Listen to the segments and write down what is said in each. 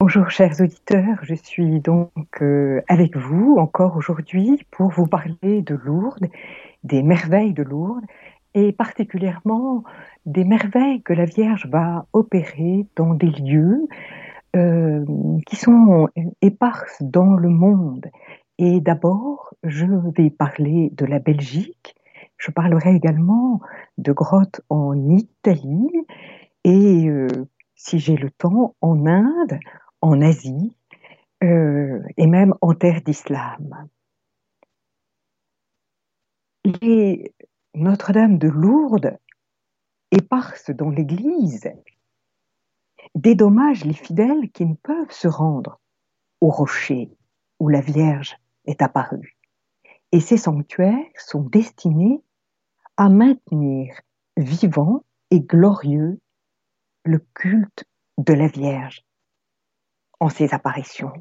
Bonjour chers auditeurs, je suis donc avec vous encore aujourd'hui pour vous parler de Lourdes, des merveilles de Lourdes et particulièrement des merveilles que la Vierge va opérer dans des lieux euh, qui sont éparses dans le monde. Et d'abord, je vais parler de la Belgique, je parlerai également de grottes en Italie et si j'ai le temps, en Inde, en Asie et même en terre d'islam. Les Notre-Dame de Lourdes, éparse dans l'église, dédommage les fidèles qui ne peuvent se rendre au rocher où la Vierge est apparue. Et ces sanctuaires sont destinés à maintenir vivant et glorieux le culte de la Vierge en ses apparitions.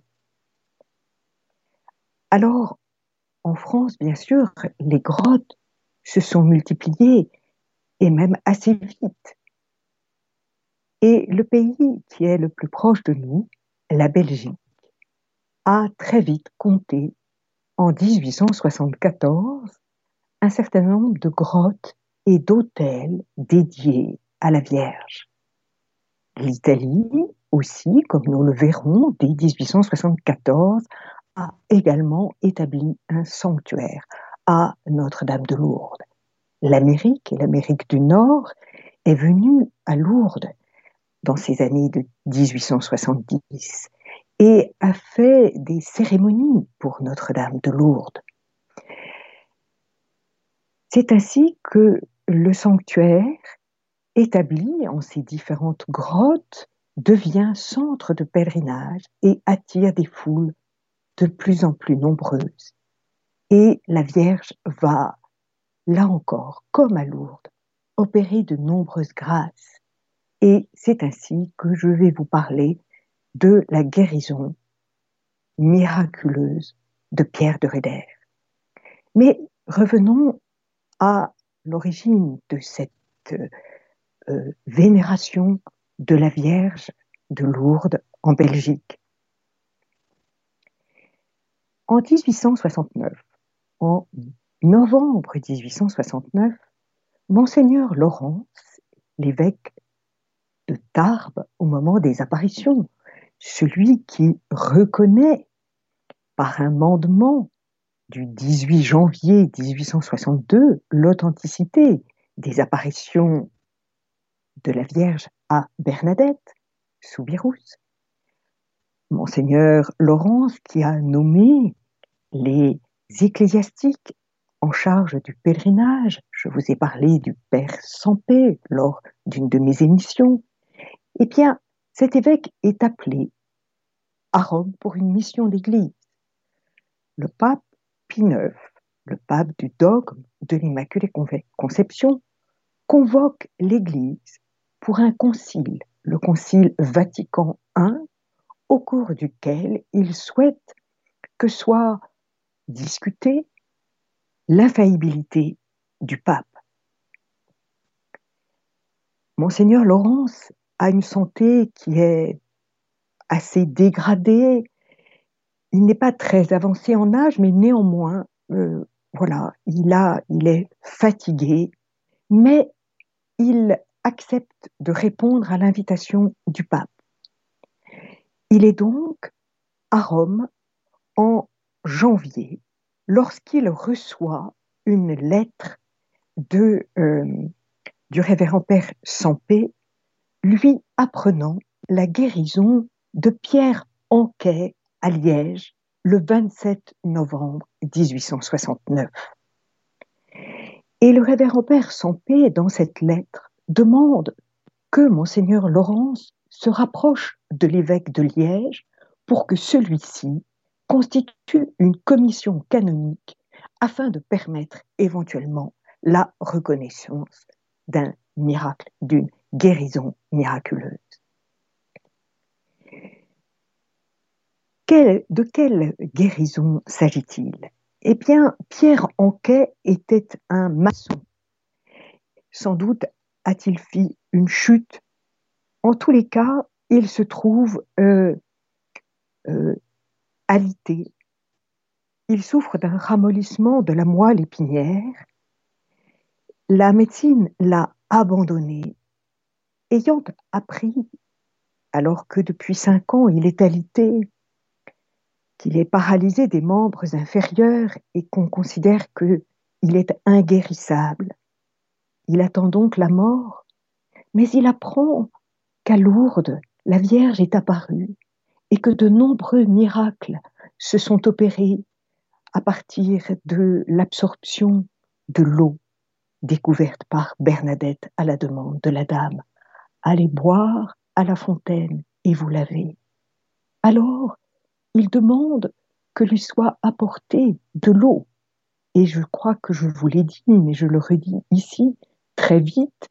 Alors, en France, bien sûr, les grottes se sont multipliées et même assez vite. Et le pays qui est le plus proche de nous, la Belgique, a très vite compté, en 1874, un certain nombre de grottes et d'autels dédiés à la Vierge. L'Italie aussi, comme nous le verrons, dès 1874, a également établi un sanctuaire à Notre-Dame de Lourdes. L'Amérique et l'Amérique du Nord est venue à Lourdes dans ces années de 1870 et a fait des cérémonies pour Notre-Dame de Lourdes. C'est ainsi que le sanctuaire, établi en ces différentes grottes, devient centre de pèlerinage et attire des foules de plus en plus nombreuses. Et la Vierge va, là encore, comme à Lourdes, opérer de nombreuses grâces. Et c'est ainsi que je vais vous parler de la guérison miraculeuse de Pierre de Rédère. Mais revenons à l'origine de cette vénération de la Vierge de Lourdes en Belgique. En 1869, en novembre 1869, Monseigneur Laurence, l'évêque de Tarbes au moment des apparitions, celui qui reconnaît par un mandement du 18 janvier 1862 l'authenticité des apparitions de la Vierge à Bernadette, sous Birous. Monseigneur Laurence qui a nommé les ecclésiastiques en charge du pèlerinage, je vous ai parlé du Père Sampé lors d'une de mes émissions, eh bien, cet évêque est appelé à Rome pour une mission d'église. Le pape Pie IX, le pape du dogme de l'Immaculée Conception, convoque l'Église pour un concile, le concile Vatican I, au cours duquel il souhaite que soit discutée l'infaillibilité du pape. Monseigneur Laurence a une santé qui est assez dégradée. Il n'est pas très avancé en âge, mais néanmoins, voilà, il est fatigué, mais il accepte de répondre à l'invitation du pape. Il est donc à Rome en janvier, lorsqu'il reçoit une lettre du révérend père Sampé, lui apprenant la guérison de Pierre Anquet à Liège le 27 novembre 1869. Et le révérend père Sampé, dans cette lettre, demande que Monseigneur Laurence se rapproche de l'évêque de Liège pour que celui-ci constitue une commission canonique afin de permettre éventuellement la reconnaissance d'un miracle, d'une guérison miraculeuse. De quelle guérison s'agit-il? Eh bien, Pierre Anquet était un maçon. Sans doute a-t-il fait une chute. En tous les cas, il se trouve euh, alité. Il souffre d'un ramollissement de la moelle épinière. La médecine l'a abandonné, ayant appris, alors que depuis 5 ans il est alité, qu'il est paralysé des membres inférieurs et qu'on considère qu'il est inguérissable. Il attend donc la mort, mais il apprend qu'à Lourdes, la Vierge est apparue et que de nombreux miracles se sont opérés à partir de l'absorption de l'eau découverte par Bernadette à la demande de la dame. Allez boire à la fontaine et vous lavez. Alors, il demande que lui soit apportée de l'eau. Et je crois que je vous l'ai dit, mais je le redis ici, très vite,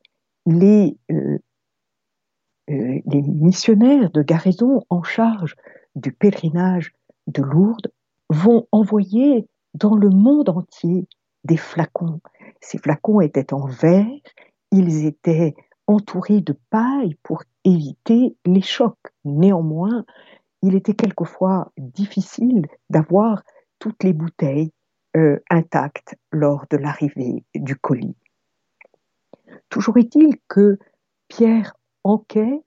les missionnaires de Garaison en charge du pèlerinage de Lourdes vont envoyer dans le monde entier des flacons. Ces flacons étaient en verre, ils étaient entourés de paille pour éviter les chocs. Néanmoins, il était quelquefois difficile d'avoir toutes les bouteilles intactes lors de l'arrivée du colis. Toujours est-il que Pierre Anquet,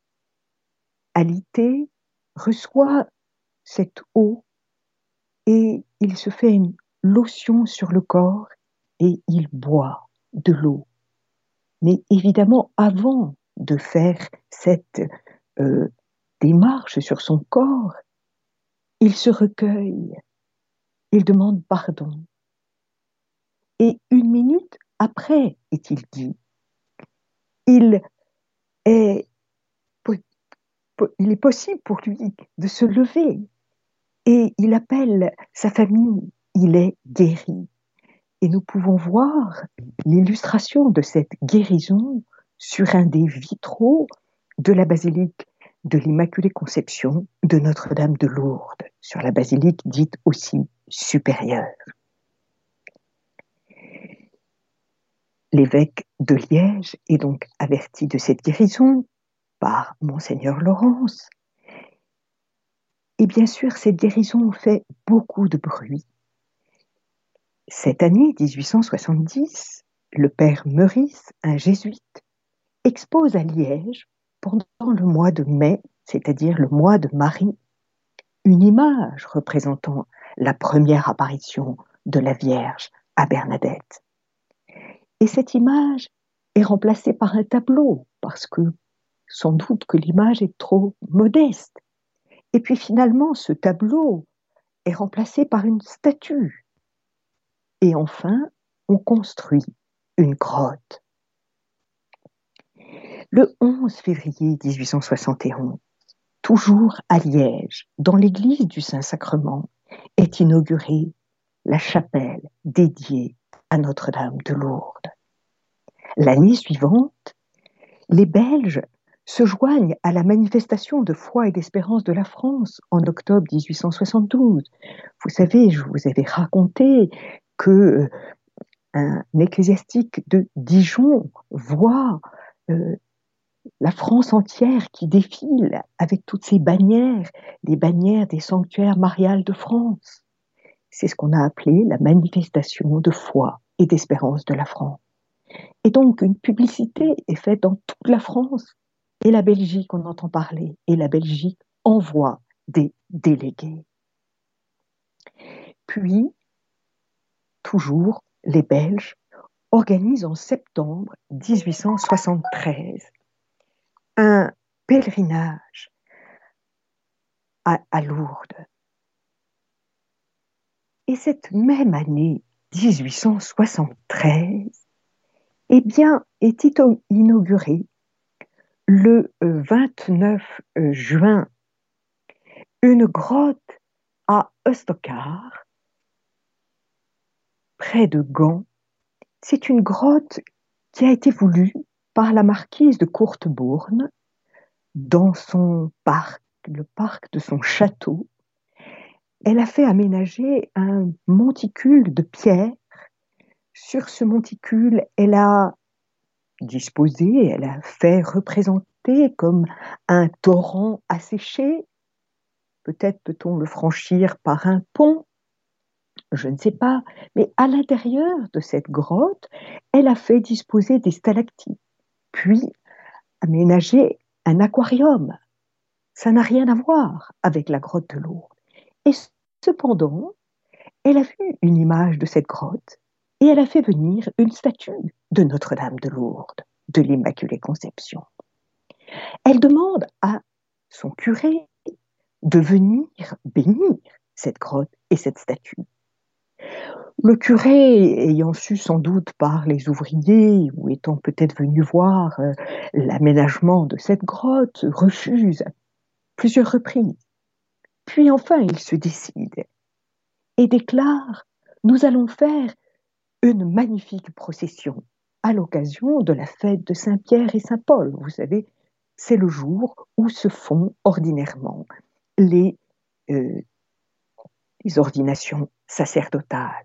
alité, reçoit cette eau et il se fait une lotion sur le corps et il boit de l'eau. Mais évidemment, avant de faire cette démarche sur son corps, il se recueille, il demande pardon. Et 1 minute après, est-il dit, il est, il est possible pour lui de se lever et il appelle sa famille, il est guéri. Et nous pouvons voir l'illustration de cette guérison sur un des vitraux de la basilique de l'Immaculée Conception de Notre-Dame de Lourdes, sur la basilique dite aussi supérieure. L'évêque de Liège est donc averti de cette guérison par Monseigneur Laurence. Et bien sûr, cette guérison fait beaucoup de bruit. Cette année 1870, le père Meurice, un jésuite, expose à Liège, pendant le mois de mai, c'est-à-dire le mois de Marie, une image représentant la première apparition de la Vierge à Bernadette. Et cette image est remplacée par un tableau, parce que sans doute que l'image est trop modeste. Et puis finalement, ce tableau est remplacé par une statue. Et enfin, on construit une grotte. Le 11 février 1871, toujours à Liège, dans l'église du Saint-Sacrement, est inaugurée la chapelle dédiée à Notre-Dame de Lourdes. L'année suivante, les Belges se joignent à la manifestation de foi et d'espérance de la France en octobre 1872. Vous savez, je vous avais raconté que un ecclésiastique de Dijon voit la France entière qui défile avec toutes ces bannières, les bannières des sanctuaires mariales de France. C'est ce qu'on a appelé la manifestation de foi et d'espérance de la France. Et donc, une publicité est faite dans toute la France. Et la Belgique, on entend parler. Et la Belgique envoie des délégués. Puis, toujours, les Belges organisent en septembre 1873 un pèlerinage à Lourdes. Et cette même année 1873, eh bien, est inaugurée le 29 juin une grotte à Östokar, près de Gand. C'est une grotte qui a été voulue par la marquise de Courtebourne dans son parc, le parc de son château. Elle a fait aménager un monticule de pierre. Sur ce monticule, elle a disposé, elle a fait représenter comme un torrent asséché peut-être peut-on le franchir par un pont, je ne sais pas, mais à l'intérieur de cette grotte, elle a fait disposer des stalactites, puis aménagé un aquarium. Ça n'a rien à voir avec la grotte de Lourdes. Et cependant, elle a vu une image de cette grotte et elle a fait venir une statue de Notre-Dame de Lourdes, de l'Immaculée Conception. Elle demande à son curé de venir bénir cette grotte et cette statue. Le curé, ayant su sans doute par les ouvriers ou étant peut-être venu voir l'aménagement de cette grotte, refuse à plusieurs reprises. Puis enfin, il se décide et déclare: nous allons faire une magnifique procession à l'occasion de la fête de Saint-Pierre et Saint-Paul. Vous savez, c'est le jour où se font ordinairement les, euh, les ordinations sacerdotales.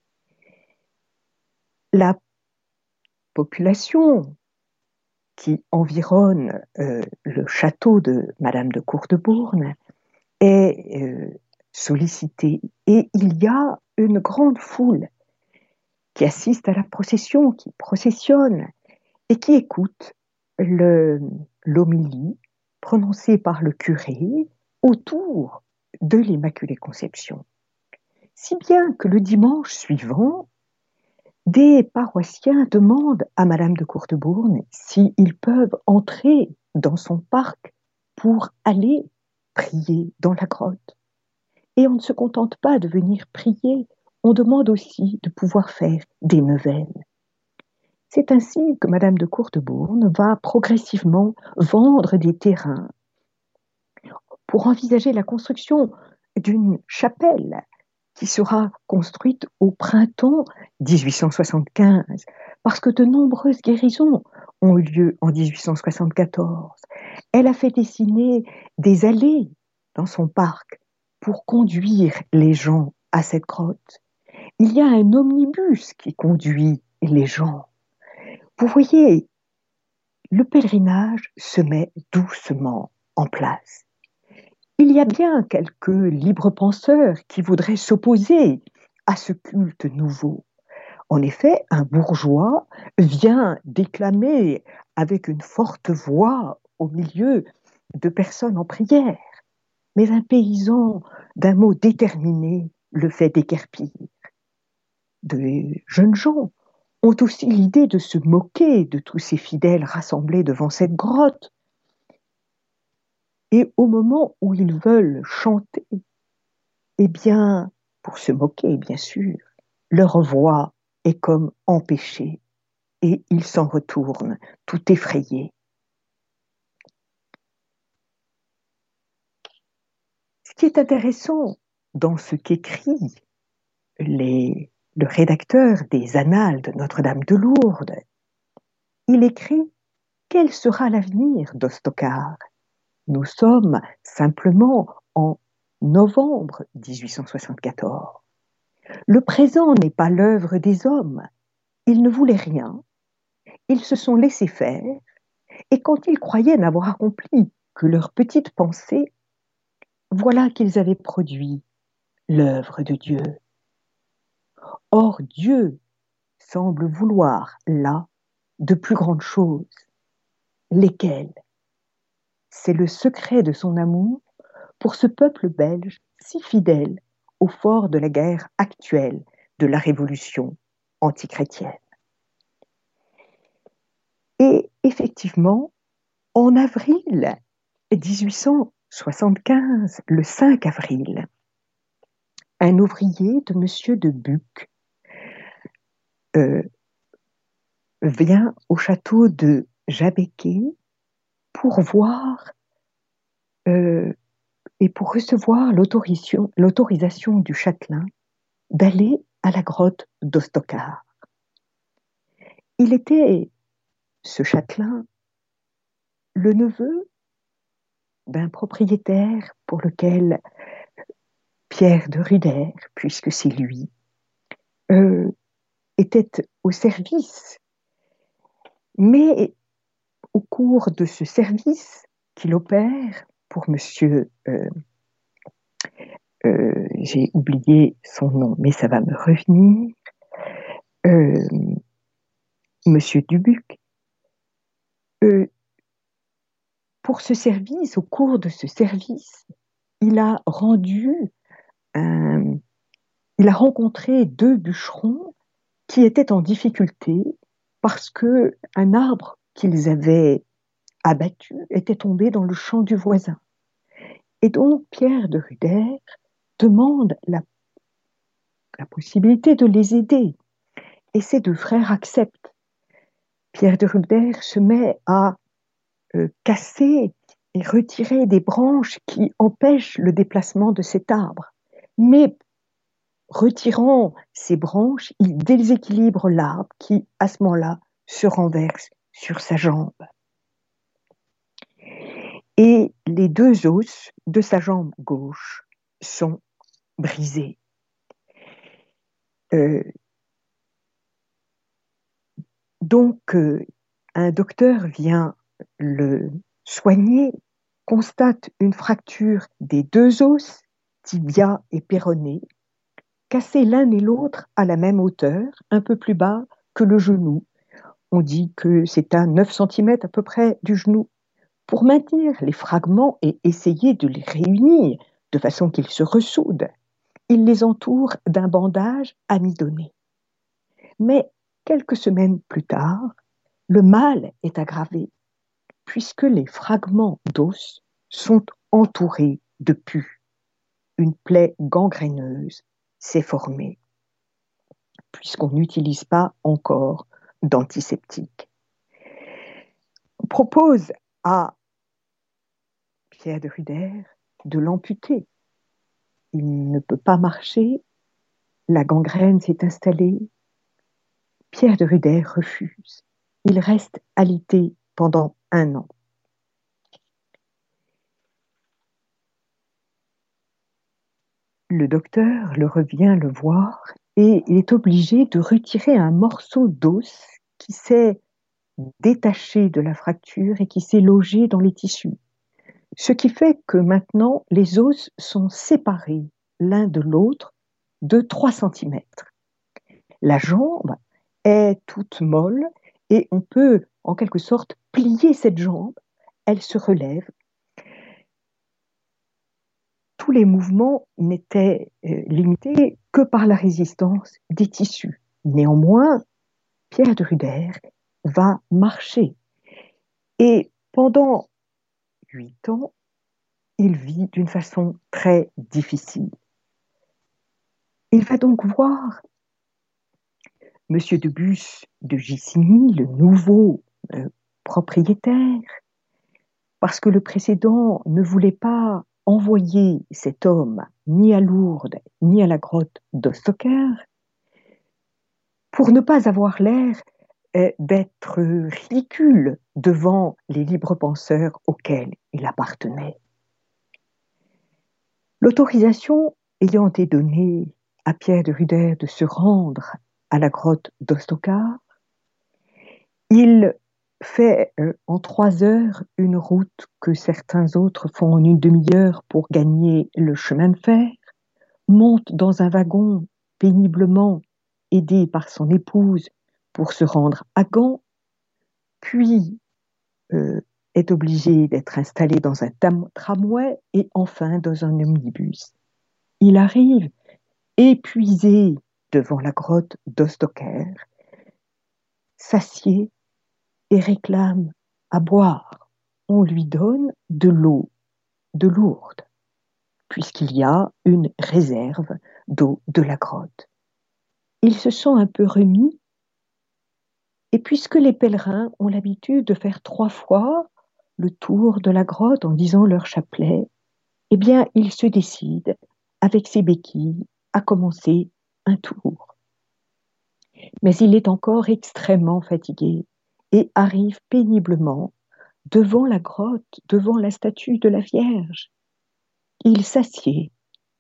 La population qui environne le château de Madame de Courtebourne est sollicitée et il y a une grande foule qui assiste à la procession, qui processionne et qui écoute l'homélie prononcée par le curé autour de l'Immaculée Conception. Si bien que le dimanche suivant, des paroissiens demandent à Madame de Courtebourne s'ils peuvent entrer dans son parc pour aller prier dans la grotte. Et on ne se contente pas de venir prier, on demande aussi de pouvoir faire des neuvaines. C'est ainsi que Madame de Courtebourne va progressivement vendre des terrains pour envisager la construction d'une chapelle qui sera construite au printemps 1875, parce que de nombreuses guérisons ont eu lieu en 1874. Elle a fait dessiner des allées dans son parc pour conduire les gens à cette grotte. Il y a un omnibus qui conduit les gens. Vous voyez, le pèlerinage se met doucement en place. Il y a bien quelques libres penseurs qui voudraient s'opposer à ce culte nouveau. En effet, un bourgeois vient déclamer avec une forte voix au milieu de personnes en prière, mais un paysan d'un mot déterminé le fait déguerpir. De jeunes gens ont aussi l'idée de se moquer de tous ces fidèles rassemblés devant cette grotte. Et au moment où ils veulent chanter, eh bien, pour se moquer, bien sûr, leur voix est comme empêchée et ils s'en retournent, tout effrayés. Ce qui est intéressant dans ce qu'écrit le rédacteur des Annales de Notre-Dame de Lourdes, il écrit: quel sera l'avenir d'Ottokar? Nous sommes simplement en novembre 1874. Le présent n'est pas l'œuvre des hommes. Ils ne voulaient rien, ils se sont laissés faire, et quand ils croyaient n'avoir accompli que leur petite pensée, voilà qu'ils avaient produit l'œuvre de Dieu. Or, Dieu semble vouloir là de plus grandes choses. Lesquelles? C'est le secret de son amour pour ce peuple belge si fidèle au fort de la guerre actuelle de la révolution antichrétienne. Et effectivement, en avril 1875, le 5 avril, un ouvrier de Monsieur de Buch vient au château de Jabéqué pour voir et pour recevoir l'autorisation du châtelain d'aller à la grotte d'Ottokar. Il était, ce châtelain, le neveu d'un propriétaire pour lequel Pierre de Ruder, puisque c'est lui, était au service. Mais au cours de ce service qu'il opère pour monsieur j'ai oublié son nom, mais ça va me revenir. Monsieur Dubuc, pour ce service, au cours de ce service, il a rencontré deux bûcherons qui étaient en difficulté parce que un arbre qu'ils avaient abattu était tombé dans le champ du voisin. Et donc Pierre de Ruder demande la possibilité de les aider. Et ces deux frères acceptent. Pierre de Ruder se met à casser et retirer des branches qui empêchent le déplacement de cet arbre. Mais retirant ces branches, il déséquilibre l'arbre qui, à ce moment-là, se renverse sur sa jambe. Et les deux os de sa jambe gauche sont brisés. Donc, un docteur vient le soigner, constate une fracture des deux os, tibia et péroné, cassés l'un et l'autre à la même hauteur, un peu plus bas que le genou. On dit que c'est à 9 cm à peu près du genou. Pour maintenir les fragments et essayer de les réunir de façon qu'ils se ressoudent, il les entoure d'un bandage amidonné. Mais quelques semaines plus tard, le mal est aggravé puisque les fragments d'os sont entourés de pus. Une plaie gangréneuse s'est formée puisqu'on n'utilise pas encore d'antiseptique. On propose à Pierre de Ruder de l'amputer. Il ne peut pas marcher, la gangrène s'est installée. Pierre de Ruder refuse. Il reste alité pendant 1 an. Le docteur le revient le voir et il est obligé de retirer un morceau d'os qui s'est détaché de la fracture et qui s'est logé dans les tissus. Ce qui fait que maintenant, les os sont séparés l'un de l'autre de 3 cm. La jambe est toute molle et on peut en quelque sorte plier cette jambe, elle se relève. Tous les mouvements n'étaient limités que par la résistance des tissus. Néanmoins, Pierre de Ruder va marcher. Et pendant 8 ans, il vit d'une façon très difficile. Il va donc voir M. de Bus de Gicigny, le nouveau propriétaire, parce que le précédent ne voulait pas envoyer cet homme ni à Lourdes ni à la grotte d'Ostocker pour ne pas avoir l'air d'être ridicule devant les libres penseurs auxquels il appartenait. L'autorisation ayant été donnée à Pierre de Ruder de se rendre à la grotte d'Ostocar, il fait en 3 heures une route que certains autres font en une demi-heure pour gagner le chemin de fer, monte dans un wagon péniblement aidé par son épouse pour se rendre à Gand, puis est obligé d'être installé dans un tramway et enfin dans un omnibus. Il arrive épuisé devant la grotte d'Ostocker, s'assied et réclame à boire. On lui donne de l'eau de Lourdes, puisqu'il y a une réserve d'eau de la grotte. Il se sent un peu remis, et puisque les pèlerins ont l'habitude de faire 3 fois le tour de la grotte en disant leur chapelet, eh bien, il se décide, avec ses béquilles, à commencer un tour. Mais il est encore extrêmement fatigué et arrive péniblement devant la grotte, devant la statue de la Vierge. Il s'assied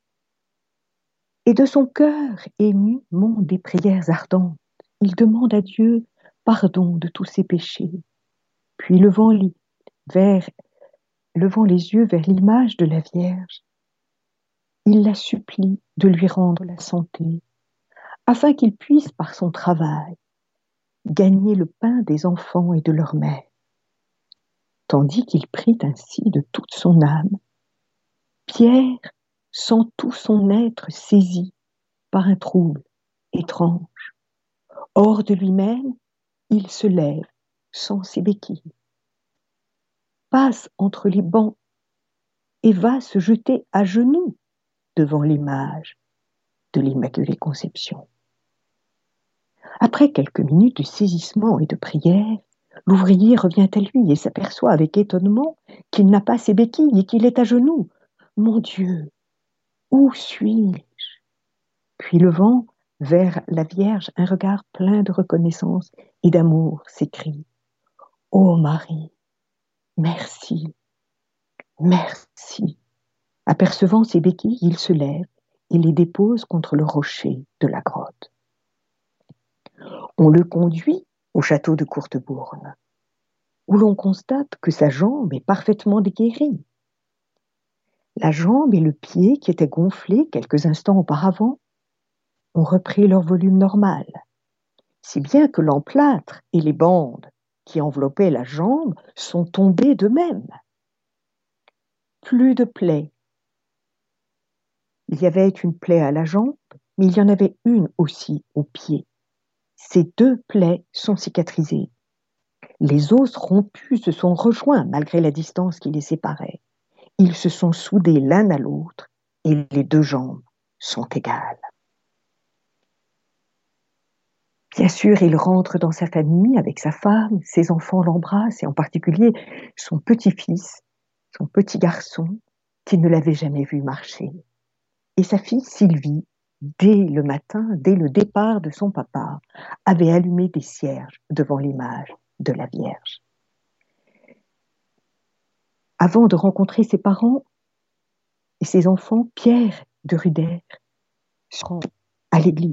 et de son cœur ému montent des prières ardentes. Il demande à Dieu pardon de tous ses péchés. Puis levant les yeux vers l'image de la Vierge, il la supplie de lui rendre la santé, afin qu'il puisse, par son travail, gagner le pain des enfants et de leur mère. Tandis qu'il prie ainsi de toute son âme, Pierre sent tout son être saisi par un trouble étrange. Hors de lui-même, il se lève sans ses béquilles, passe entre les bancs et va se jeter à genoux devant l'image de l'Immaculée Conception. Après quelques minutes de saisissement et de prière, l'ouvrier revient à lui et s'aperçoit avec étonnement qu'il n'a pas ses béquilles et qu'il est à genoux. Mon Dieu, où suis-je? Puis levant vers la Vierge un regard plein de reconnaissance et d'amour, s'écrie: Ô Marie, merci, merci. Apercevant ses béquilles, il se lève et les dépose contre le rocher de la grotte. On le conduit au château de Courtebourne, où l'on constate que sa jambe est parfaitement guérie. La jambe et le pied, qui étaient gonflés quelques instants auparavant, ont repris leur volume normal, si bien que l'emplâtre et les bandes qui enveloppaient la jambe sont tombés d'eux-mêmes. Plus de plaies. Il y avait une plaie à la jambe, mais il y en avait une aussi au pied. Ces deux plaies sont cicatrisées. Les os rompus se sont rejoints malgré la distance qui les séparait. Ils se sont soudés l'un à l'autre et les deux jambes sont égales. Bien sûr, il rentre dans sa famille avec sa femme, ses enfants l'embrassent et en particulier son petit-fils, son petit garçon qui ne l'avait jamais vu marcher. Et sa fille Sylvie, dès le matin, dès le départ de son papa, avait allumé des cierges devant l'image de la Vierge. Avant de rencontrer ses parents et ses enfants, Pierre de Ruder se rend à l'église.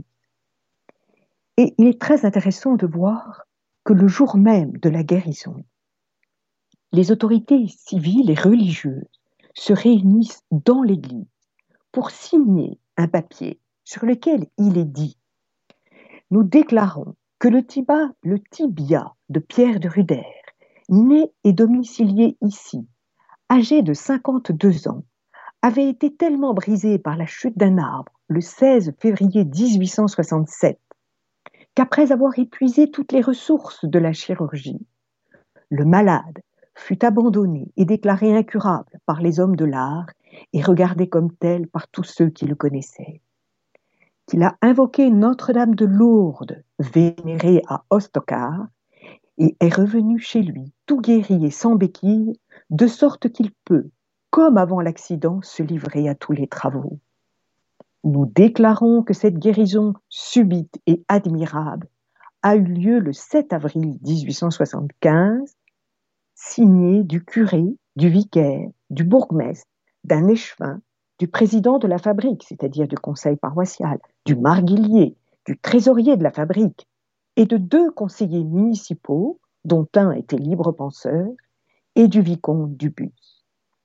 Et il est très intéressant de voir que le jour même de la guérison, les autorités civiles et religieuses se réunissent dans l'église pour signer un papier sur lequel il est dit: nous déclarons que le tibia de Pierre de Ruder, né et domicilié ici, âgé de 52 ans, avait été tellement brisé par la chute d'un arbre le 16 février 1867 qu'après avoir épuisé toutes les ressources de la chirurgie, le malade fut abandonné et déclaré incurable par les hommes de l'art et regardé comme tel par tous ceux qui le connaissaient. Qu'il a invoqué Notre-Dame de Lourdes, vénérée à Ostrogard, et est revenu chez lui, tout guéri et sans béquille, de sorte qu'il peut, comme avant l'accident, se livrer à tous les travaux. Nous déclarons que cette guérison subite et admirable a eu lieu le 7 avril 1875, signée du curé, du vicaire, du bourgmestre, d'un échevin, du président de la fabrique, c'est-à-dire du conseil paroissial, du marguillier, du trésorier de la fabrique, et de 2 conseillers municipaux, dont un était libre penseur, et du vicomte du Bus.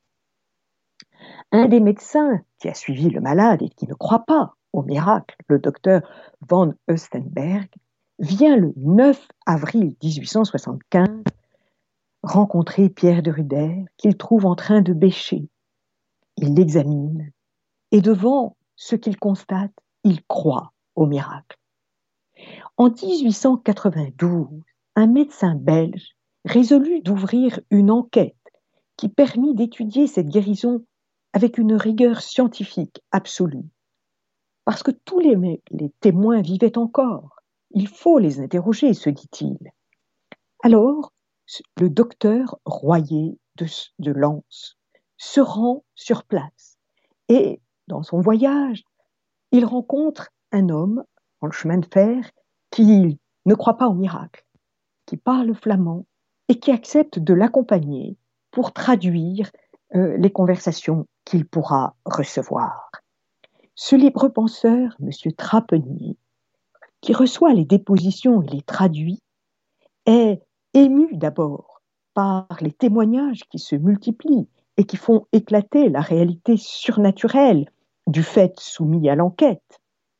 Un des médecins qui a suivi le malade et qui ne croit pas au miracle, le docteur von Östenberg, vient le 9 avril 1875 rencontrer Pierre de Ruder, qu'il trouve en train de bêcher. Il l'examine et devant ce qu'il constate, il croit au miracle. En 1892, un médecin belge résolut d'ouvrir une enquête qui permit d'étudier cette guérison avec une rigueur scientifique absolue. Parce que tous les témoins vivaient encore. Il faut les interroger, se dit-il. Alors, le docteur Royer de Lens se rend sur place. Et dans son voyage, il rencontre un homme en chemin de fer qui ne croit pas au miracle, qui parle flamand et qui accepte de l'accompagner pour traduire les conversations qu'il pourra recevoir. Ce libre penseur, M. Trapenier, qui reçoit les dépositions et les traduit, est ému d'abord par les témoignages qui se multiplient et qui font éclater la réalité surnaturelle du fait soumis à l'enquête.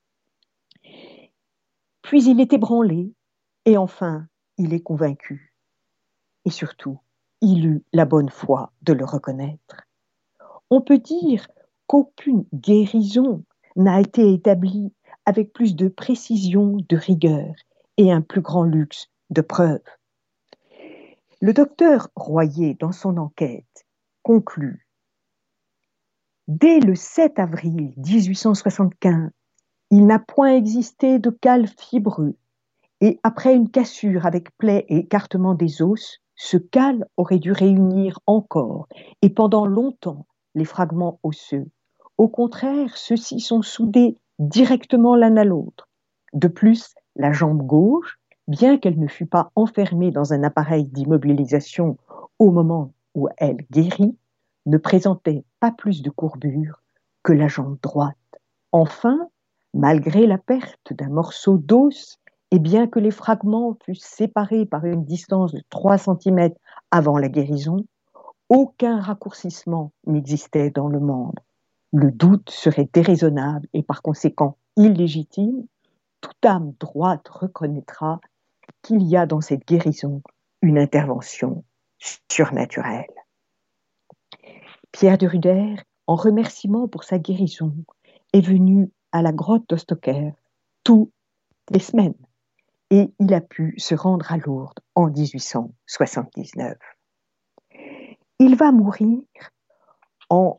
Puis il est ébranlé, et enfin, il est convaincu. Et surtout, il eut la bonne foi de le reconnaître. On peut dire qu'aucune guérison n'a été établie avec plus de précision, de rigueur et un plus grand luxe de preuves. Le docteur Royer, dans son enquête, conclut: dès le 7 avril 1875, il n'a point existé de cal fibreux, et après une cassure avec plaie et écartement des os, ce cal aurait dû réunir encore, et pendant longtemps, les fragments osseux. Au contraire, ceux-ci sont soudés directement l'un à l'autre. De plus, la jambe gauche, bien qu'elle ne fût pas enfermée dans un appareil d'immobilisation au moment où elle guérit, ne présentait pas plus de courbure que la jambe droite. Enfin, malgré la perte d'un morceau d'os, et bien que les fragments fussent séparés par une distance de 3 cm avant la guérison, aucun raccourcissement n'existait dans le membre. Le doute serait déraisonnable et par conséquent illégitime. Toute âme droite reconnaîtra qu'il y a dans cette guérison une intervention surnaturelle. Pierre de Ruder, en remerciement pour sa guérison, est venu à la grotte d'Ostocker toutes les semaines et il a pu se rendre à Lourdes en 1879. Il va mourir en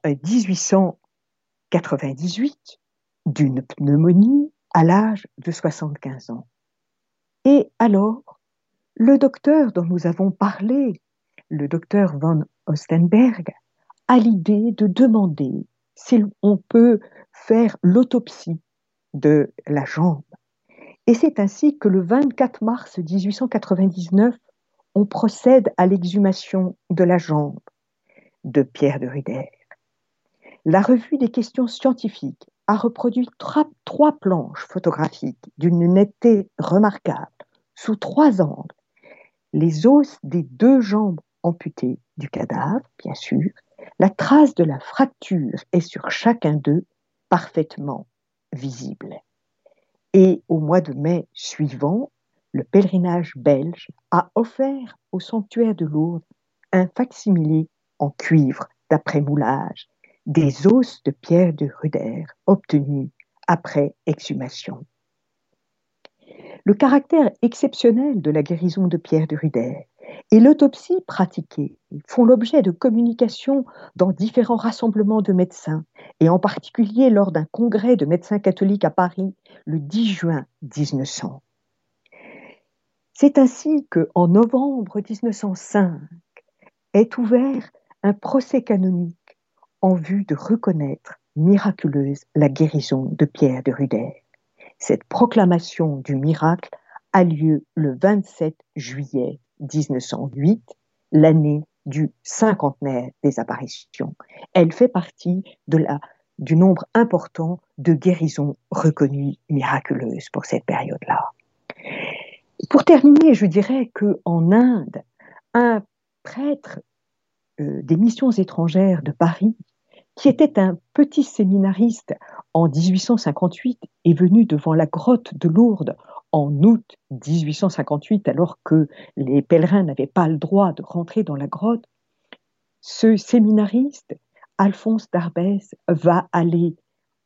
1898 d'une pneumonie à l'âge de 75 ans. Et alors, le docteur dont nous avons parlé, le docteur von Ostenberg, a l'idée de demander si on peut faire l'autopsie de la jambe. Et c'est ainsi que le 24 mars 1899, on procède à l'exhumation de la jambe de Pierre de Ruder. La revue des questions scientifiques a reproduit 3 planches photographiques d'une netteté remarquable, sous 3 angles. Les os des 2 jambes amputées du cadavre, bien sûr, la trace de la fracture est sur chacun d'eux parfaitement visible. Et au mois de mai suivant, le pèlerinage belge a offert au sanctuaire de Lourdes un facsimilé en cuivre d'après moulage des os de Pierre de Ruder obtenus après exhumation. Le caractère exceptionnel de la guérison de Pierre de Ruder et l'autopsie pratiquée font l'objet de communications dans différents rassemblements de médecins, et en particulier lors d'un congrès de médecins catholiques à Paris le 10 juin 1900. C'est ainsi qu'en novembre 1905 est ouvert un procès canonique en vue de reconnaître miraculeuse la guérison de Pierre de Ruder. Cette proclamation du miracle a lieu le 27 juillet 1908, l'année du cinquantenaire des apparitions. Elle fait partie du nombre important de guérisons reconnues miraculeuses pour cette période-là. Pour terminer, je dirais qu'en Inde, un prêtre des missions étrangères de Paris, qui était un petit séminariste en 1858, est venu devant la grotte de Lourdes en août 1858, alors que les pèlerins n'avaient pas le droit de rentrer dans la grotte. Ce séminariste, Alphonse d'Arbès, va aller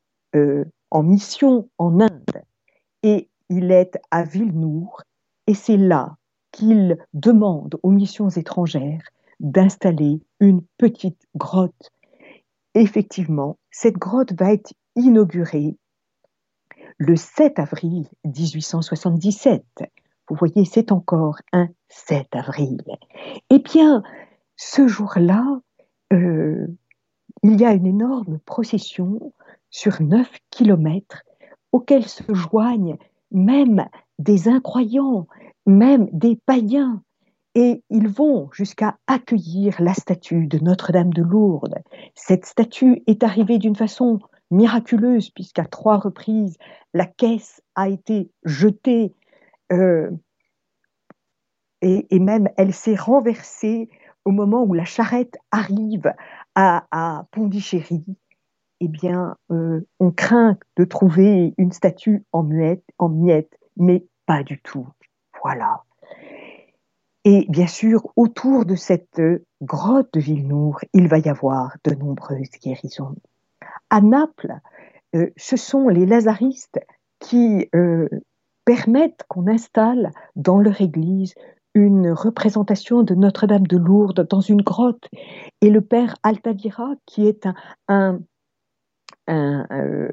en mission en Inde et il est à Vilnour et c'est là qu'il demande aux missions étrangères d'installer une petite grotte. Effectivement, cette grotte va être inaugurée le 7 avril 1877. Vous voyez, c'est encore un 7 avril. Eh bien, ce jour-là, il y a une énorme procession sur 9 kilomètres auxquels se joignent même des incroyants, même des païens. Et ils vont jusqu'à accueillir la statue de Notre-Dame de Lourdes. Cette statue est arrivée d'une façon miraculeuse, puisqu'à 3 reprises, la caisse a été jetée euh, et même elle s'est renversée au moment où la charrette arrive à Pondichéry. eh bien, on craint de trouver une statue en miettes, mais pas du tout. Voilà. Et bien sûr, autour de cette grotte de Villeneuve, il va y avoir de nombreuses guérisons. À Naples, ce sont les lazaristes qui permettent qu'on installe dans leur église une représentation de Notre-Dame de Lourdes dans une grotte. Et le père Altavira, qui est un, un,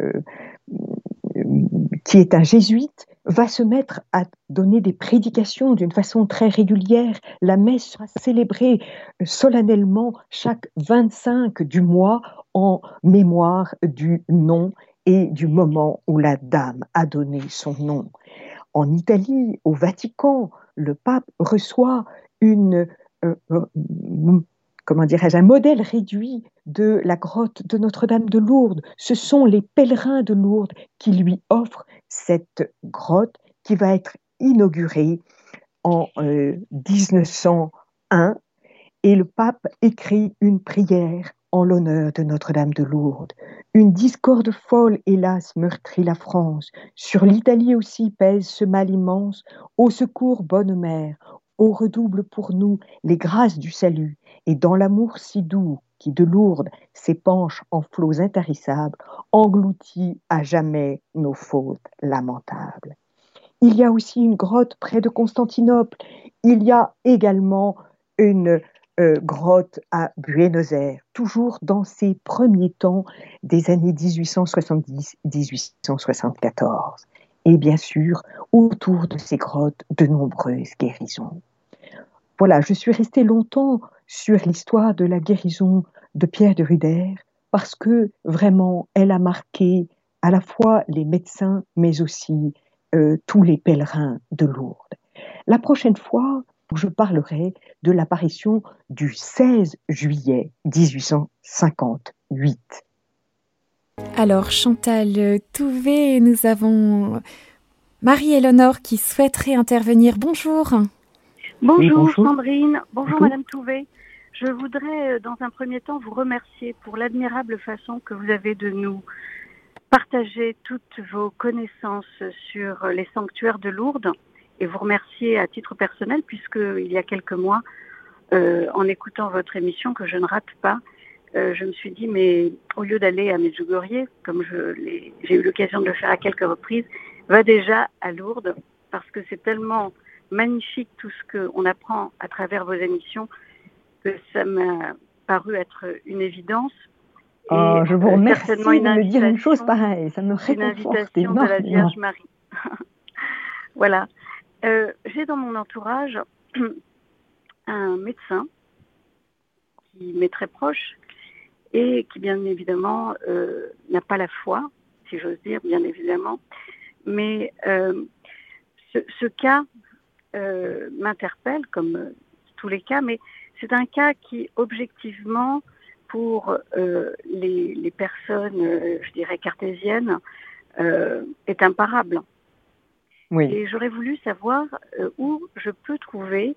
qui est un jésuite, va se mettre à donner des prédications d'une façon très régulière. La messe sera célébrée solennellement chaque 25 du mois en mémoire du nom et du moment où la dame a donné son nom. En Italie, au Vatican, le pape reçoit une, euh, euh, comment dirais-je, un modèle réduit de la grotte de Notre-Dame de Lourdes. Ce sont les pèlerins de Lourdes qui lui offrent cette grotte qui va être inaugurée en 1901 et le pape écrit une prière en l'honneur de Notre-Dame de Lourdes. Une discorde folle, hélas, meurtrit la France. Sur l'Italie aussi pèse ce mal immense. Au secours, bonne mère, ô redouble pour nous les grâces du salut, et dans l'amour si doux qui de Lourdes s'épanche en flots intarissables, engloutit à jamais nos fautes lamentables. Il y a aussi une grotte près de Constantinople. Il y a également une grotte à Buenos Aires, toujours dans ces premiers temps des années 1870-1874. Et bien sûr, autour de ces grottes, de nombreuses guérisons. Voilà, je suis restée longtemps sur l'histoire de la guérison de Pierre de Ruder parce que vraiment, elle a marqué à la fois les médecins, mais aussi tous les pèlerins de Lourdes. La prochaine fois, je parlerai de l'apparition du 16 juillet 1858. Alors, Chantal Touvet, nous avons Marie-Éléonore qui souhaiterait intervenir. Bonjour. Bonjour, oui, bonjour. Sandrine, bonjour Madame Touvet. Je voudrais dans un premier temps vous remercier pour l'admirable façon que vous avez de nous partager toutes vos connaissances sur les sanctuaires de Lourdes et vous remercier à titre personnel puisqu'il y a quelques mois, en écoutant votre émission que je ne rate pas, je me suis dit mais au lieu d'aller à Medjugorje, comme j'ai eu l'occasion de le faire à quelques reprises, va déjà à Lourdes parce que c'est tellement magnifique tout ce qu'on apprend à travers vos émissions que ça m'a paru être une évidence. Et je vous remercie de me dire une chose pareille, ça me réconforte énormément. De la Vierge Marie. Voilà. J'ai dans mon entourage un médecin qui m'est très proche et qui bien évidemment n'a pas la foi, si j'ose dire, bien évidemment. Mais ce cas m'interpelle comme tous les cas, mais c'est un cas qui objectivement pour les personnes, je dirais cartésiennes, est imparable. Oui. Et j'aurais voulu savoir où je peux trouver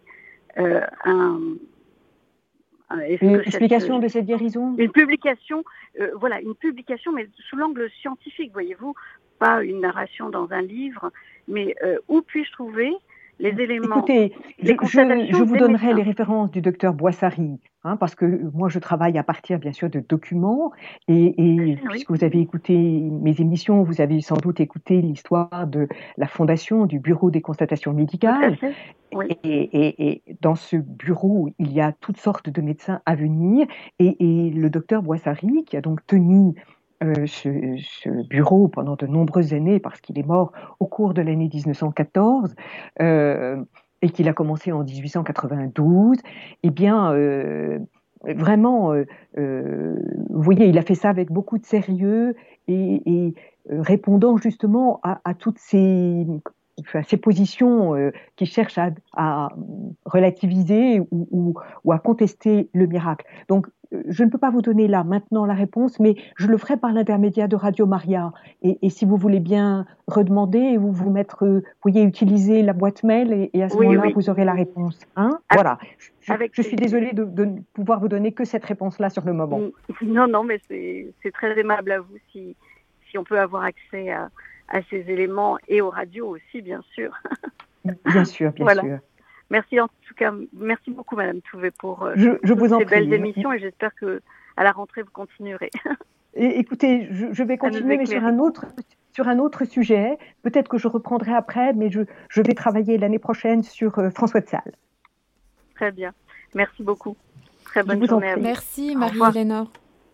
une explication de cette guérison. Une publication, voilà, une publication, mais sous l'angle scientifique, voyez-vous, pas une narration dans un livre, mais où puis-je trouver les éléments. Écoutez, je vous donnerai les références du docteur Boissary, parce que moi je travaille à partir bien sûr de documents et oui. Puisque vous avez écouté mes émissions, vous avez sans doute écouté l'histoire de la fondation du Bureau des constatations médicales. Oui. Et dans ce bureau, il y a toutes sortes de médecins à venir et le docteur Boissary, qui a donc tenu ce bureau pendant de nombreuses années parce qu'il est mort au cours de l'année 1914 et qu'il a commencé en 1892, eh bien, vraiment, vous voyez, il a fait ça avec beaucoup de sérieux et répondant justement à toutes ces ces positions qui cherchent à relativiser ou à contester le miracle. Donc, je ne peux pas vous donner là maintenant la réponse, mais je le ferai par l'intermédiaire de Radio Maria. Et si vous voulez bien redemander, vous vous pourriez utiliser la boîte mail et à ce moment-là, vous aurez la réponse. Hein, voilà. Je suis désolée de ne pouvoir vous donner que cette réponse-là sur le moment. Non, mais c'est très aimable à vous si on peut avoir accès à ces éléments et aux radios aussi, bien sûr. Bien sûr, bien sûr. Merci en tout cas, merci beaucoup Madame Touvet pour je vous en ces prie. belles émissions et j'espère que à la rentrée vous continuerez. Et, écoutez, je vais continuer mais sur un autre sujet. Peut-être que je reprendrai après, mais je vais travailler l'année prochaine sur François de Sales. Très bien. Merci beaucoup. Très bonne journée à vous. Merci Marie-Léonore.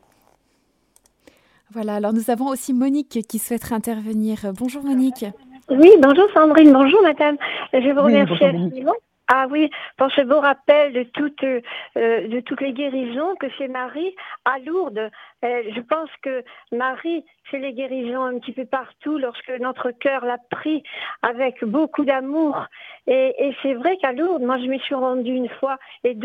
Voilà, alors nous avons aussi Monique qui souhaiterait intervenir. Bonjour Monique. Oui, bonjour Sandrine, bonjour madame. Je vous remercie infiniment. Ah oui, pour ce beau rappel de toutes les guérisons que fait Marie à Lourdes. Je pense que Marie fait les guérisons un petit peu partout lorsque notre cœur l'a pris avec beaucoup d'amour. Et c'est vrai qu'à Lourdes, moi je m'y suis rendue une fois et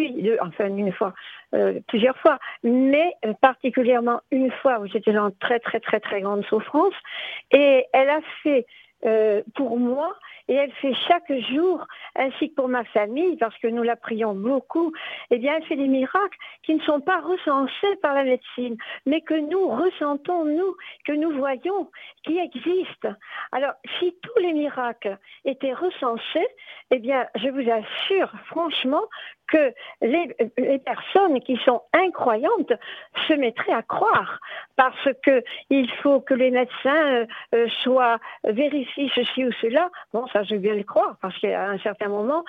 plusieurs fois, mais particulièrement une fois où j'étais en très très très très grande souffrance. Et elle a fait pour moi, et elle fait chaque jour, ainsi que pour ma famille, parce que nous la prions beaucoup, eh bien elle fait des miracles qui ne sont pas recensés par la médecine, mais que nous ressentons, nous, que nous voyons, qui existent. Alors, si tous les miracles étaient recensés, eh bien, je vous assure, franchement, que les personnes qui sont incroyantes se mettraient à croire, parce que il faut que les médecins vérifient ceci ou cela. Bon, ça je veux bien le croire, parce qu'à un certain moment,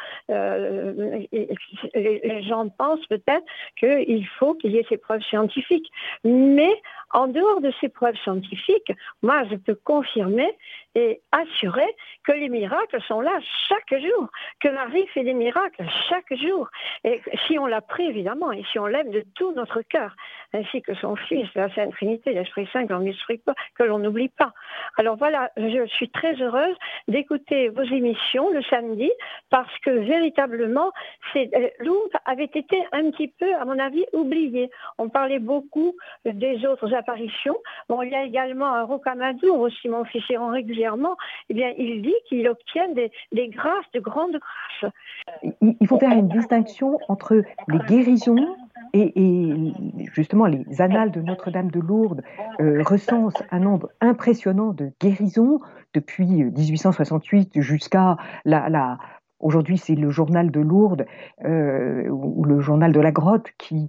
les gens pensent peut-être qu'il faut qu'il y ait ces preuves scientifiques. Mais en dehors de ces preuves scientifiques, moi je peux confirmer et assurer que les miracles sont là chaque jour, que Marie fait des miracles chaque jour. Et si on l'a prie, évidemment, et si on l'aime de tout notre cœur, ainsi que son Fils, la Sainte Trinité, l'Esprit Saint, que l'on n'oublie pas. Alors voilà, je suis très heureuse d'écouter vos émissions le samedi, parce que véritablement, Lourdes avait été un petit peu, à mon avis, oublié. On parlait beaucoup des autres apparitions. Bon, il y a également un Rocamadour aussi, mon fils y rend régulièrement. Eh bien, il dit qu'il obtient des grâces, de grandes grâces. Il faut faire une distinction entre les guérisons et justement les annales de Notre-Dame de Lourdes recensent un nombre impressionnant de guérisons depuis 1868 jusqu'à aujourd'hui c'est le journal de Lourdes ou le journal de la Grotte qui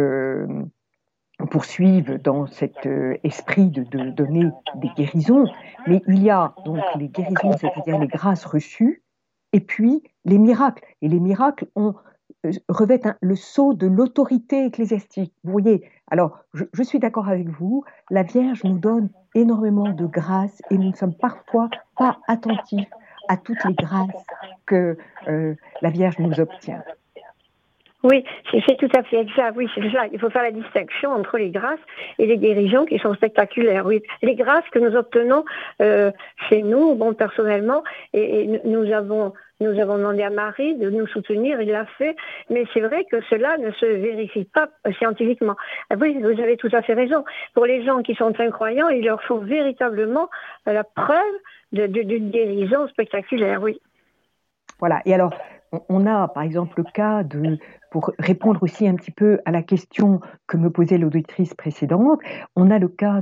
poursuivent dans cet esprit de donner des guérisons, mais il y a donc les guérisons, c'est-à-dire les grâces reçues, et puis les miracles. Et les miracles revêtent le sceau de l'autorité ecclésiastique. Vous voyez, alors je suis d'accord avec vous, la Vierge nous donne énormément de grâces et nous ne sommes parfois pas attentifs à toutes les grâces que la Vierge nous obtient. Oui, c'est tout à fait exact. Oui, c'est ça. Il faut faire la distinction entre les grâces et les guérisons qui sont spectaculaires. Oui, les grâces que nous obtenons chez nous, bon, personnellement, et nous avons demandé à Marie de nous soutenir, il l'a fait, mais c'est vrai que cela ne se vérifie pas scientifiquement. Oui, vous avez tout à fait raison. Pour les gens qui sont incroyants, il leur faut véritablement la preuve d'une guérison spectaculaire, oui. Voilà, et alors, on a par exemple le cas pour répondre aussi un petit peu à la question que me posait l'auditrice précédente, on a le cas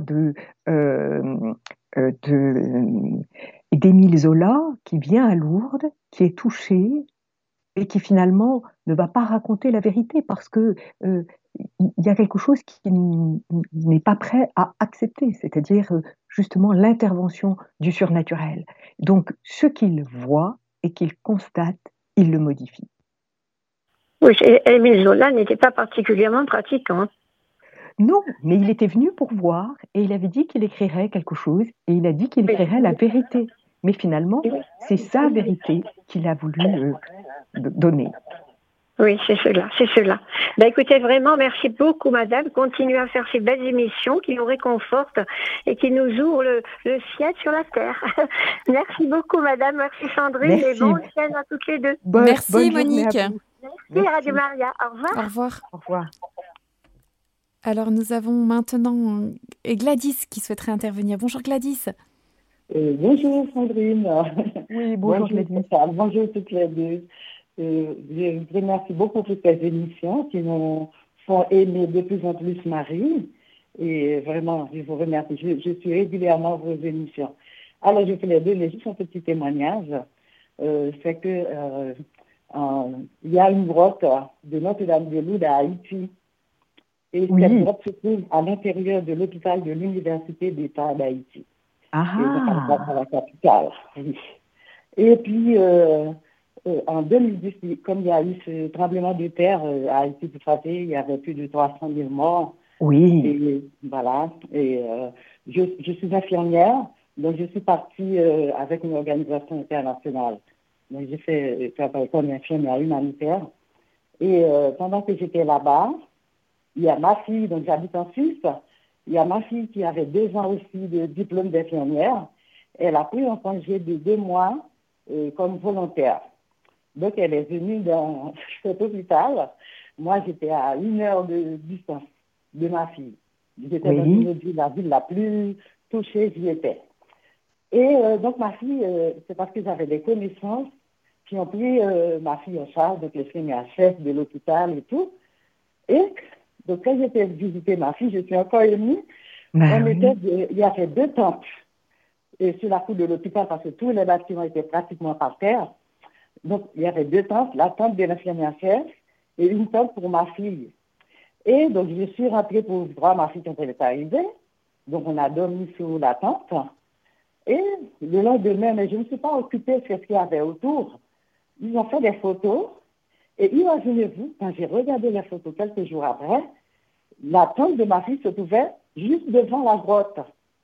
d'Émile Zola qui vient à Lourdes, qui est touché et qui finalement ne va pas raconter la vérité parce que il y a quelque chose qui n'est pas prêt à accepter, c'est-à-dire justement l'intervention du surnaturel. Donc ce qu'il voit et qu'il constate, il le modifie. Oui, Émile Zola n'était pas particulièrement pratiquant. Non, mais il était venu pour voir et il avait dit qu'il écrirait quelque chose et il a dit qu'il écrirait la vérité. Mais finalement, c'est sa vérité qu'il a voulu donner. Oui, c'est cela, c'est cela. Ben, écoutez, vraiment, merci beaucoup, madame. Continuez à faire ces belles émissions qui nous réconfortent et qui nous ouvrent le ciel sur la terre. Merci beaucoup, madame. Merci, Sandrine. Merci. Et bon week-end à toutes les deux. Merci, bonne Monique. journée à vous. Merci, Radio Maria. Au revoir. Au revoir. Au revoir. Alors, nous avons maintenant Gladys qui souhaiterait intervenir. Bonjour, Gladys. Bonjour, Sandrine. Oui, bonjour, Gladys. Bonjour toutes les deux. Je vous remercie beaucoup pour ces émissions qui nous font aimer de plus en plus Marie. Et vraiment, je vous remercie. Je suis régulièrement vos émissions. Alors, je voulais donner juste un petit témoignage. C'est que il y a une grotte de Notre-Dame-de-Lourdes à Haïti. Et cette grotte se trouve à l'intérieur de l'hôpital de l'Université d'État d'Haïti. Ah. Et donc, à la capitale. Oui. Et puis, en 2010, comme il y a eu ce tremblement de terre à Haïti, tout ça, il y avait plus de 300 000 morts. Oui. Et voilà. Et je suis infirmière, donc je suis partie avec une organisation internationale. Donc j'ai fait travail comme infirmière humanitaire. Et pendant que j'étais là-bas, il y a ma fille, donc j'habite en Suisse, il y a ma fille qui avait 2 ans aussi de diplôme d'infirmière. Elle a pris un congé de 2 mois comme volontaire. Donc elle est venue dans cet hôpital. Moi, j'étais à 1 heure de distance de ma fille. J'étais dans une ville, la ville la plus touchée, j'y étais. Et donc ma fille, c'est parce que j'avais des connaissances qui ont pris ma fille en charge, donc l'infirmière chef de l'hôpital et tout. Et donc quand j'étais visiter ma fille, je suis encore émue. Il y avait 2 tentes sur la cour de l'hôpital parce que tous les bâtiments étaient pratiquement par terre. Donc il y avait 2 tentes, la tente de l'infirmière chef et une tente pour ma fille. Et donc, je suis rentrée pour voir ma fille quand elle est arrivée. Donc, on a dormi sur la tente. Et le lendemain, mais je ne me suis pas occupée de ce qu'il y avait autour. Ils ont fait des photos. Et imaginez-vous, quand j'ai regardé les photos quelques jours après, la tente de ma fille se trouvait juste devant la grotte.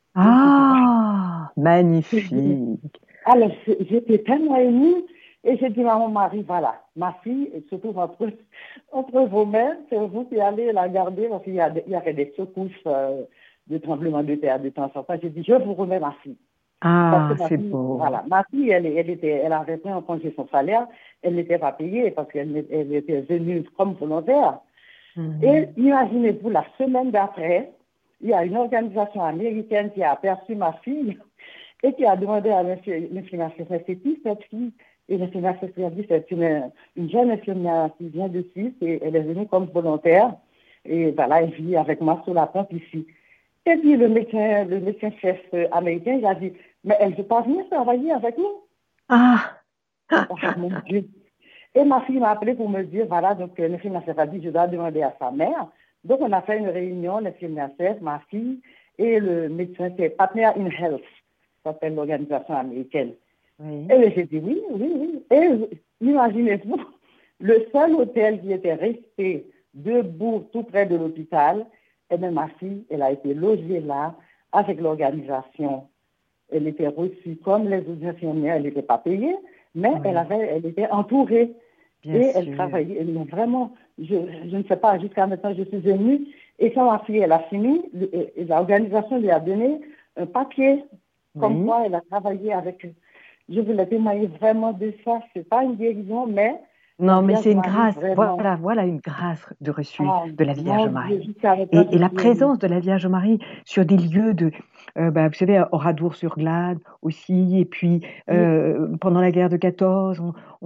Ah, magnifique. Alors, j'étais tellement émue. Et j'ai dit à mon mari, voilà, ma fille se trouve entre vos mains, c'est vous qui allez la garder, parce qu'il y avait des secousses de tremblement de terre de temps en temps. J'ai dit, je vous remets ma fille. Ah, c'est beau. Voilà, ma fille, elle avait pris en congé son salaire, elle n'était pas payée parce qu'elle était venue comme volontaire. Et imaginez-vous, la semaine d'après, il y a une organisation américaine qui a aperçu ma fille et qui a demandé à l'infirmière chef, c'est qui cette fille? Et l'infirmière chef a dit, c'est une jeune infirmière qui vient de Suisse et elle est venue comme volontaire. Et voilà, elle vit avec moi sur la tente ici. Et puis le médecin chef américain, il a dit, mais elle ne veut pas venir travailler avec nous. Ah! Oh mon Dieu! Et ma fille m'a appelé pour me dire, voilà, donc l'infirmière chef a dit, je dois demander à sa mère. Donc on a fait une réunion, l'infirmière chef, ma fille et le médecin, c'est Partner in Health, ça s'appelle l'organisation américaine. Oui. Et j'ai dit oui. Et imaginez-vous, le seul hôtel qui était resté debout tout près de l'hôpital, et bien ma fille, elle a été logée là avec l'organisation. Elle était reçue comme les autres infirmières, elle n'était pas payée, mais elle était entourée. Bien et sûr. elle travaillait. Elle m'a vraiment, je ne sais pas, jusqu'à maintenant, je suis émue. Et quand ma fille, elle a fini, l'organisation lui a donné un papier comme quoi elle a travaillé avec eux. Je voulais témoigner vraiment de ça. Ce n'est pas une guérison, mais... Non, mais c'est une grâce. Voilà une grâce de reçu de la Vierge Marie. Et la présence de la Vierge Marie sur des lieux de... vous savez, Oradour-sur-Glane aussi. Et puis, pendant la guerre de 14,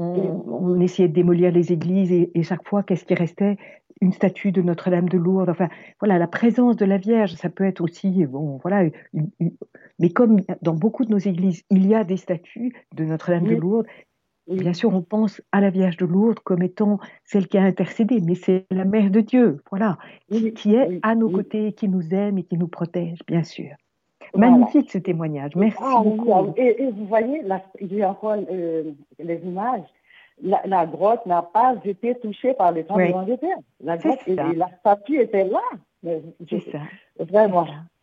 on essayait de démolir les églises. Et chaque fois, qu'est-ce qui restait? Une statue de Notre-Dame de Lourdes. Enfin, voilà, la présence de la Vierge, ça peut être aussi... Bon, voilà, mais comme dans beaucoup de nos églises, il y a des statues de Notre-Dame de Lourdes, bien sûr, on pense à la Vierge de Lourdes comme étant celle qui a intercédé, mais c'est la Mère de Dieu, voilà, qui est à nos côtés, qui nous aime et qui nous protège, bien sûr. Voilà. Magnifique ce témoignage, merci beaucoup. Et vous voyez, j'ai encore les images. La grotte n'a pas été touchée par les tremblements de terre. La grotte, et la statue était là. C'est ça. Vraiment.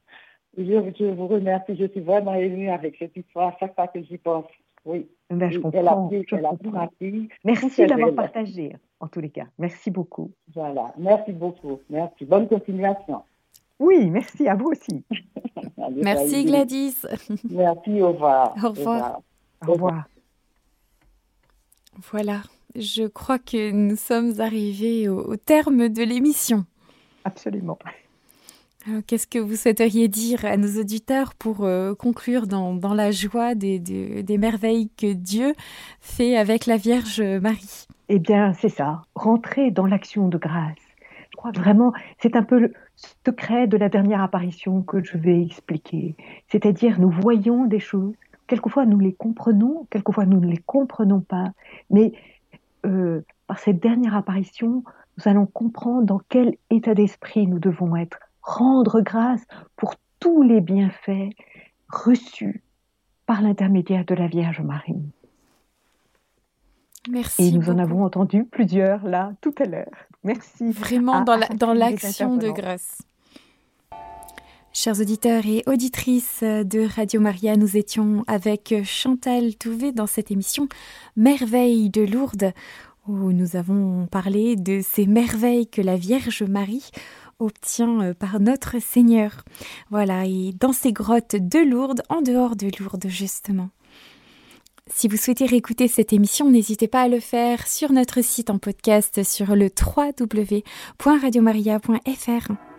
Je vous remercie. Je suis vraiment émue avec cette histoire à chaque fois que j'y pense. Oui. Ben, je comprends. Elle a pris ma fille. Merci d'avoir partagé. en tous les cas. Merci beaucoup. Voilà, merci beaucoup. Merci. Bonne continuation. Oui, merci à vous aussi. Allez, Merci Gladys. Merci, au revoir. Au revoir. Au revoir. Voilà, je crois que nous sommes arrivés au terme de l'émission. Absolument. Alors, qu'est-ce que vous souhaiteriez dire à nos auditeurs pour conclure dans la joie des merveilles que Dieu fait avec la Vierge Marie? Eh bien, c'est ça, rentrer dans l'action de grâce. Je crois vraiment, c'est un peu le secret de la dernière apparition que je vais expliquer. C'est-à-dire, nous voyons des choses, quelquefois nous les comprenons, quelquefois nous ne les comprenons pas, mais par cette dernière apparition, nous allons comprendre dans quel état d'esprit nous devons être, rendre grâce pour tous les bienfaits reçus par l'intermédiaire de la Vierge Marie. Merci. Et nous beaucoup. En avons entendu plusieurs là tout à l'heure. Merci. Vraiment dans l'action de grâce. Chers auditeurs et auditrices de Radio Maria, nous étions avec Chantal Touvet dans cette émission Merveilles de Lourdes, où nous avons parlé de ces merveilles que la Vierge Marie obtient par notre Seigneur. Voilà, et dans ces grottes de Lourdes, en dehors de Lourdes justement. Si vous souhaitez réécouter cette émission, n'hésitez pas à le faire sur notre site en podcast sur le www.radiomaria.fr.